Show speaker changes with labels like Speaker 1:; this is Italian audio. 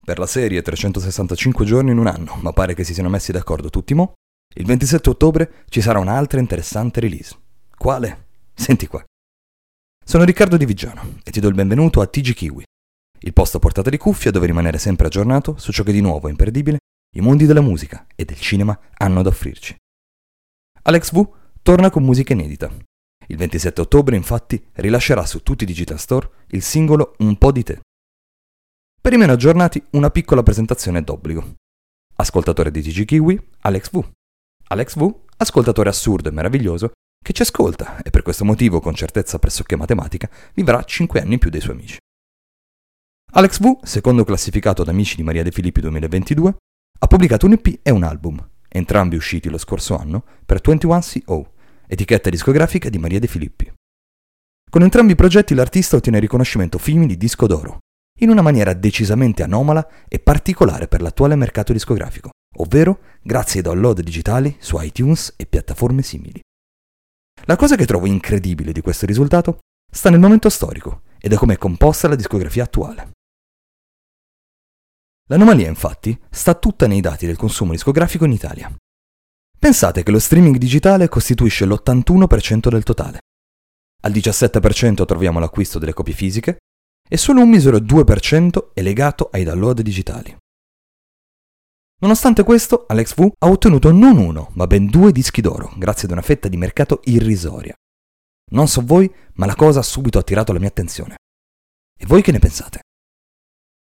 Speaker 1: Per la serie 365 giorni in un anno, ma pare che si siano messi d'accordo tutti mo', il 27 ottobre ci sarà un'altra interessante release. Quale? Senti qua. Sono Riccardo Di Vigiano e ti do il benvenuto a TG Kiwi, il posto a portata di cuffia dove rimanere sempre aggiornato su ciò che di nuovo e imperdibile i mondi della musica e del cinema hanno da offrirci. Alex V torna con musica inedita. Il 27 ottobre, infatti, rilascerà su tutti i digital store il singolo Un po' di te. Per i meno aggiornati, una piccola presentazione d'obbligo. Ascoltatore di TG Kiwi, Alex V. Alex V, ascoltatore assurdo e meraviglioso, che ci ascolta e per questo motivo, con certezza pressoché matematica, vivrà 5 anni in più dei suoi amici. Alex V, secondo classificato da Amici di Maria De Filippi 2022, ha pubblicato un EP e un album, entrambi usciti lo scorso anno per 21CO, etichetta discografica di Maria De Filippi. Con entrambi i progetti l'artista ottiene il riconoscimento FIMI di disco d'oro, in una maniera decisamente anomala e particolare per l'attuale mercato discografico, ovvero grazie ai download digitali su iTunes e piattaforme simili. La cosa che trovo incredibile di questo risultato sta nel momento storico e da come è composta la discografia attuale. L'anomalia, infatti, sta tutta nei dati del consumo discografico in Italia. Pensate che lo streaming digitale costituisce l'81% del totale. Al 17% troviamo l'acquisto delle copie fisiche e solo un misero 2% è legato ai download digitali. Nonostante questo, Alex V ha ottenuto non uno, ma ben 2 dischi d'oro, grazie ad una fetta di mercato irrisoria. Non so voi, ma la cosa ha subito attirato la mia attenzione. E voi che ne pensate?